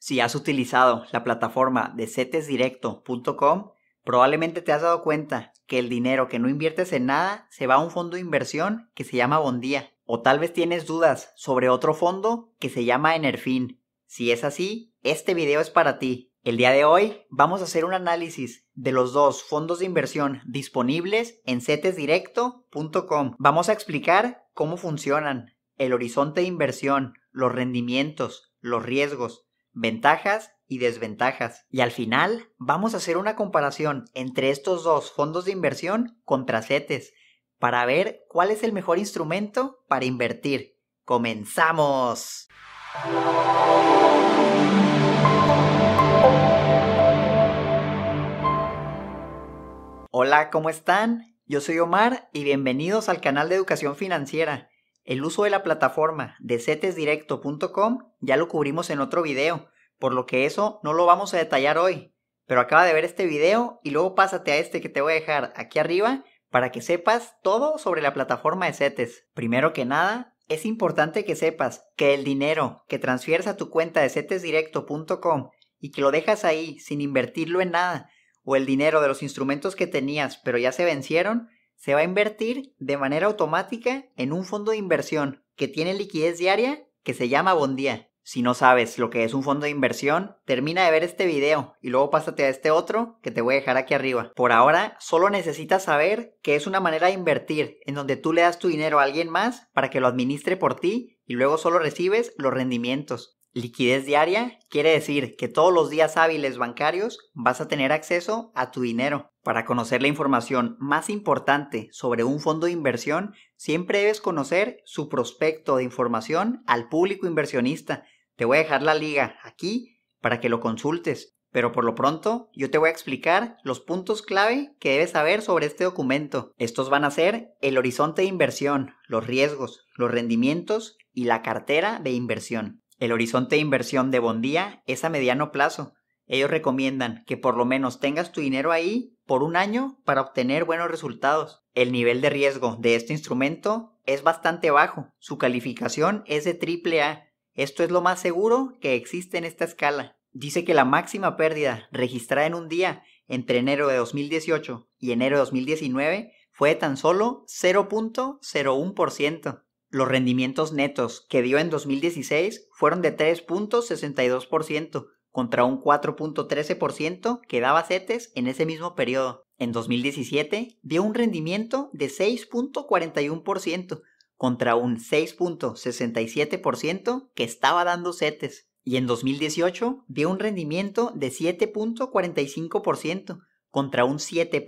Si has utilizado la plataforma de cetesdirecto.com, probablemente te has dado cuenta que el dinero que no inviertes en nada se va a un fondo de inversión que se llama Bondía. O tal vez tienes dudas sobre otro fondo que se llama Enerfin. Si es así, este video es para ti. El día de hoy vamos a hacer un análisis de los dos fondos de inversión disponibles en cetesdirecto.com. Vamos a explicar cómo funcionan, el horizonte de inversión, los rendimientos, los riesgos, ventajas y desventajas. Y al final vamos a hacer una comparación entre estos dos fondos de inversión contra CETES para ver cuál es el mejor instrumento para invertir. ¡Comenzamos! Hola, ¿cómo están? Yo soy Omar y bienvenidos al canal de Educación Financiera. El uso de la plataforma de cetesdirecto.com ya lo cubrimos en otro video, por lo que eso no lo vamos a detallar hoy. Pero acaba de ver este video y luego pásate a este que te voy a dejar aquí arriba para que sepas todo sobre la plataforma de CETES. Primero que nada, es importante que sepas que el dinero que transfieres a tu cuenta de cetesdirecto.com y que lo dejas ahí sin invertirlo en nada, o el dinero de los instrumentos que tenías pero ya se vencieron, se va a invertir de manera automática en un fondo de inversión que tiene liquidez diaria que se llama Bondía. Si no sabes lo que es un fondo de inversión, termina de ver este video y luego pásate a este otro que te voy a dejar aquí arriba. Por ahora, solo necesitas saber que es una manera de invertir en donde tú le das tu dinero a alguien más para que lo administre por ti y luego solo recibes los rendimientos. Liquidez diaria quiere decir que todos los días hábiles bancarios vas a tener acceso a tu dinero. Para conocer la información más importante sobre un fondo de inversión, siempre debes conocer su prospecto de información al público inversionista. Te voy a dejar la liga aquí para que lo consultes. Pero por lo pronto, yo te voy a explicar los puntos clave que debes saber sobre este documento. Estos van a ser el horizonte de inversión, los riesgos, los rendimientos y la cartera de inversión. El horizonte de inversión de Bondía es a mediano plazo. Ellos recomiendan que por lo menos tengas tu dinero ahí por un año para obtener buenos resultados. El nivel de riesgo de este instrumento es bastante bajo. Su calificación es de AAA. Esto es lo más seguro que existe en esta escala. Dice que la máxima pérdida registrada en un día entre enero de 2018 y enero de 2019 fue de tan solo 0.01%. Los rendimientos netos que dio en 2016 fueron de 3.62% contra un 4.13% que daba CETES en ese mismo periodo. En 2017 dio un rendimiento de 6.41% contra un 6.67% que estaba dando CETES. Y en 2018 dio un rendimiento de 7.45% contra un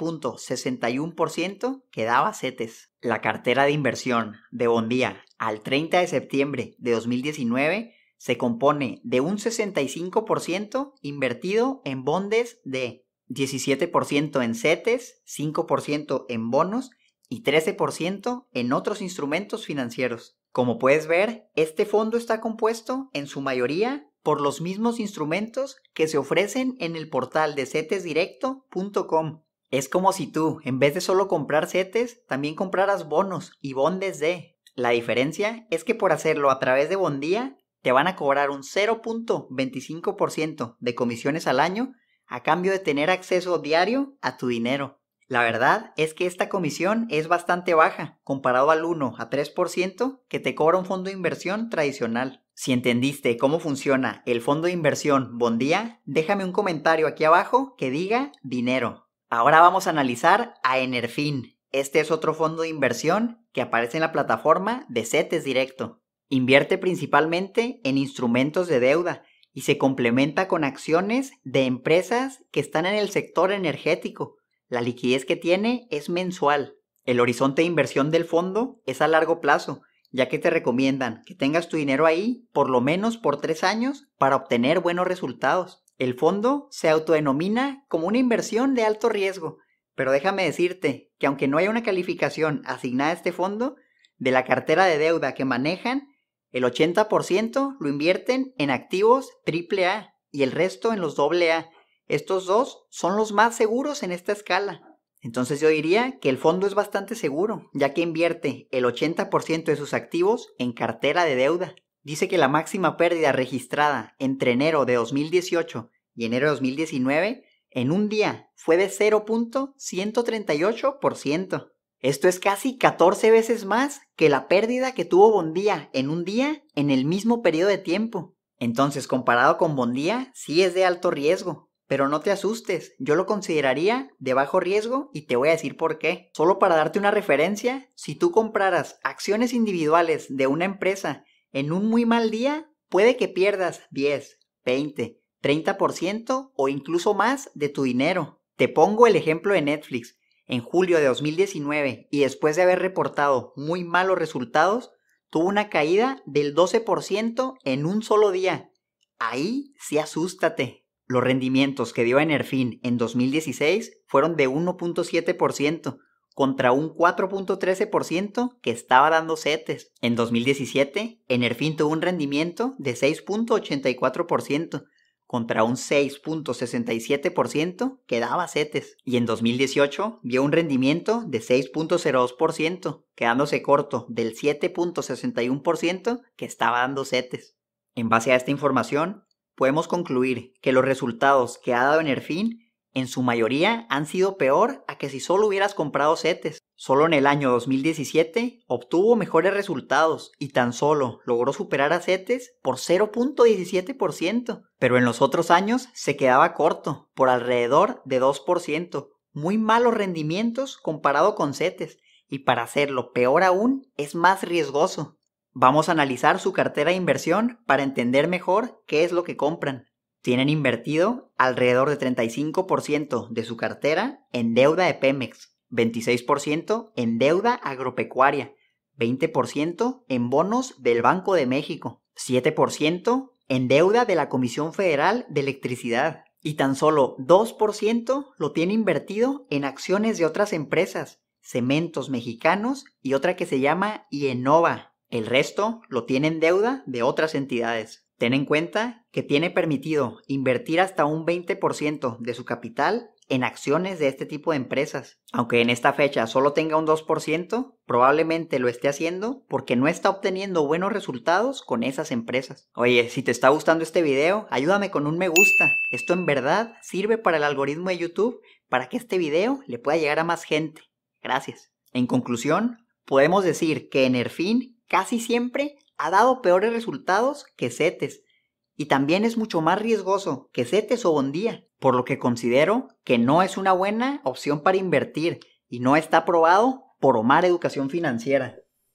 7.61% que daba CETES. La cartera de inversión de Bondía al 30 de septiembre de 2019 se compone de un 65% invertido en bondes de 17% en CETES, 5% en bonos y 13% en otros instrumentos financieros. Como puedes ver, este fondo está compuesto en su mayoría por los mismos instrumentos que se ofrecen en el portal de cetesdirecto.com. Es como si tú, en vez de solo comprar CETES, también compraras bonos y bondes de. La diferencia es que por hacerlo a través de Bondía, te van a cobrar un 0.25% de comisiones al año a cambio de tener acceso diario a tu dinero. La verdad es que esta comisión es bastante baja comparado al 1 a 3% que te cobra un fondo de inversión tradicional. Si entendiste cómo funciona el fondo de inversión Bondía, déjame un comentario aquí abajo que diga dinero. Ahora vamos a analizar a Enerfin. Este es otro fondo de inversión que aparece en la plataforma de CETES Directo. Invierte principalmente en instrumentos de deuda y se complementa con acciones de empresas que están en el sector energético. La liquidez que tiene es mensual. El horizonte de inversión del fondo es a largo plazo, ya que te recomiendan que tengas tu dinero ahí por lo menos por 3 años para obtener buenos resultados. El fondo se autodenomina como una inversión de alto riesgo, pero déjame decirte que aunque no haya una calificación asignada a este fondo, de la cartera de deuda que manejan, el 80% lo invierten en activos AAA y el resto en los AA. Estos dos son los más seguros en esta escala. Entonces yo diría que el fondo es bastante seguro, ya que invierte el 80% de sus activos en cartera de deuda. dice que la máxima pérdida registrada entre enero de 2018 y enero de 2019 en un día fue de 0.138%. Esto es casi 14 veces más que la pérdida que tuvo Bondía en un día en el mismo periodo de tiempo. Entonces, comparado con Bondía, sí es de alto riesgo. Pero no te asustes, yo lo consideraría de bajo riesgo y te voy a decir por qué. Solo para darte una referencia, si tú compraras acciones individuales de una empresa en un muy mal día, puede que pierdas 10, 20, 30% o incluso más de tu dinero. Te pongo el ejemplo de Netflix. En julio de 2019 y después de haber reportado muy malos resultados, tuvo una caída del 12% en un solo día. Ahí sí asústate. Los rendimientos que dio Enerfin en 2016 fueron de 1.7% contra un 4.13% que estaba dando CETES. En 2017, Enerfin tuvo un rendimiento de 6.84% contra un 6.67% que daba CETES. Y en 2018 vio un rendimiento de 6.02%, quedándose corto del 7.61% que estaba dando CETES. En base a esta información, podemos concluir que los resultados que ha dado Enerfin en su mayoría han sido peor a que si solo hubieras comprado CETES. Solo en el año 2017 obtuvo mejores resultados y tan solo logró superar a CETES por 0.17%, pero en los otros años se quedaba corto, por alrededor de 2%. Muy malos rendimientos comparado con CETES, y para hacerlo peor aún es más riesgoso. Vamos a analizar su cartera de inversión para entender mejor qué es lo que compran. Tienen invertido alrededor de 35% de su cartera en deuda de Pemex, 26% en deuda agropecuaria, 20% en bonos del Banco de México, 7% en deuda de la Comisión Federal de Electricidad y tan solo 2% lo tiene invertido en acciones de otras empresas, Cementos Mexicanos y otra que se llama IEnova. El resto lo tiene en deuda de otras entidades. Ten en cuenta que tiene permitido invertir hasta un 20% de su capital en acciones de este tipo de empresas. Aunque en esta fecha solo tenga un 2%, probablemente lo esté haciendo porque no está obteniendo buenos resultados con esas empresas. Oye, si te está gustando este video, ayúdame con un me gusta. Esto en verdad sirve para el algoritmo de YouTube para que este video le pueda llegar a más gente. Gracias. En conclusión, podemos decir que Enerfin casi siempre ha dado peores resultados que CETES y también es mucho más riesgoso que CETES o Bondía, por lo que considero que no es una buena opción para invertir y no está aprobado por Omar Educación Financiera.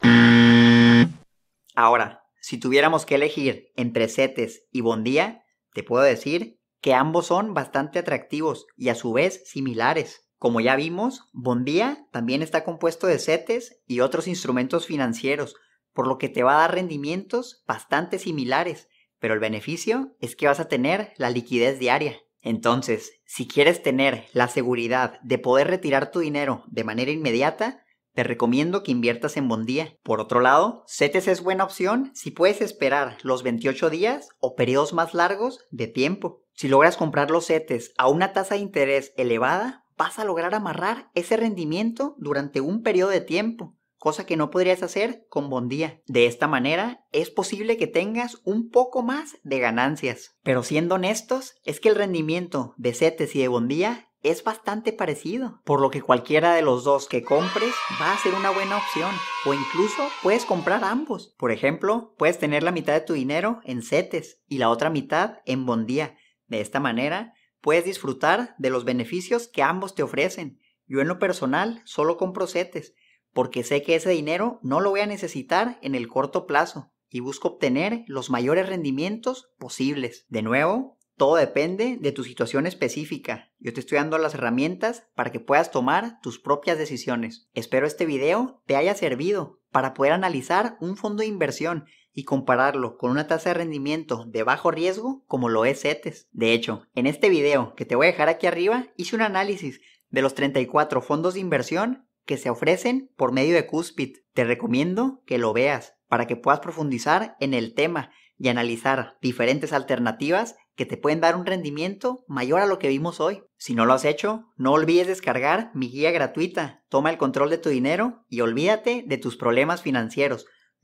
Ahora, si tuviéramos que elegir entre CETES y Bondía, te puedo decir que ambos son bastante atractivos y a su vez similares. Como ya vimos, Bondía también está compuesto de CETES y otros instrumentos financieros, por lo que te va a dar rendimientos bastante similares, pero el beneficio es que vas a tener la liquidez diaria. Entonces, si quieres tener la seguridad de poder retirar tu dinero de manera inmediata, te recomiendo que inviertas en Bondía. Por otro lado, CETES es buena opción si puedes esperar los 28 días o periodos más largos de tiempo. Si logras comprar los CETES a una tasa de interés elevada, vas a lograr amarrar ese rendimiento durante un periodo de tiempo, cosa que no podrías hacer con Bondía. De esta manera, es posible que tengas un poco más de ganancias. Pero siendo honestos, es que el rendimiento de CETES y de Bondía es bastante parecido, por lo que cualquiera de los dos que compres va a ser una buena opción, o incluso puedes comprar ambos. Por ejemplo, puedes tener la mitad de tu dinero en CETES y la otra mitad en Bondía. De esta manera, puedes disfrutar de los beneficios que ambos te ofrecen. Yo en lo personal solo compro CETES, porque sé que ese dinero no lo voy a necesitar en el corto plazo y busco obtener los mayores rendimientos posibles. De nuevo, todo depende de tu situación específica. Yo te estoy dando las herramientas para que puedas tomar tus propias decisiones. Espero este video te haya servido para poder analizar un fondo de inversión y compararlo con una tasa de rendimiento de bajo riesgo como lo es CETES. De hecho, en este video que te voy a dejar aquí arriba, hice un análisis de los 34 fondos de inversión que se ofrecen por medio de Cuspid. Te recomiendo que lo veas para que puedas profundizar en el tema y analizar diferentes alternativas que te pueden dar un rendimiento mayor a lo que vimos hoy. Si no lo has hecho, no olvides descargar mi guía gratuita. Toma el control de tu dinero y olvídate de tus problemas financieros.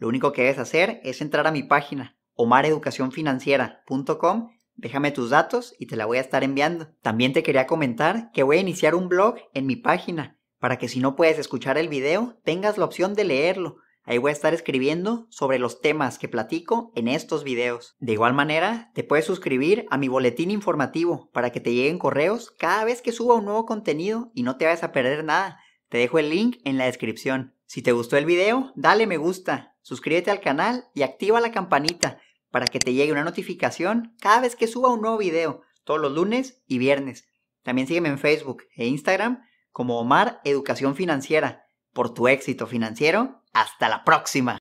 Lo único que debes hacer es entrar a mi página, omareducacionfinanciera.com, déjame tus datos y te la voy a estar enviando. También te quería comentar que voy a iniciar un blog en mi página, para que si no puedes escuchar el video, tengas la opción de leerlo. Ahí voy a estar escribiendo sobre los temas que platico en estos videos. De igual manera, te puedes suscribir a mi boletín informativo para que te lleguen correos cada vez que suba un nuevo contenido y no te vayas a perder nada. Te dejo el link en la descripción. Si te gustó el video, dale me gusta, suscríbete al canal y activa la campanita para que te llegue una notificación cada vez que suba un nuevo video, todos los lunes y viernes. También sígueme en Facebook e Instagram como Omar Educación Financiera. Por tu éxito financiero, hasta la próxima.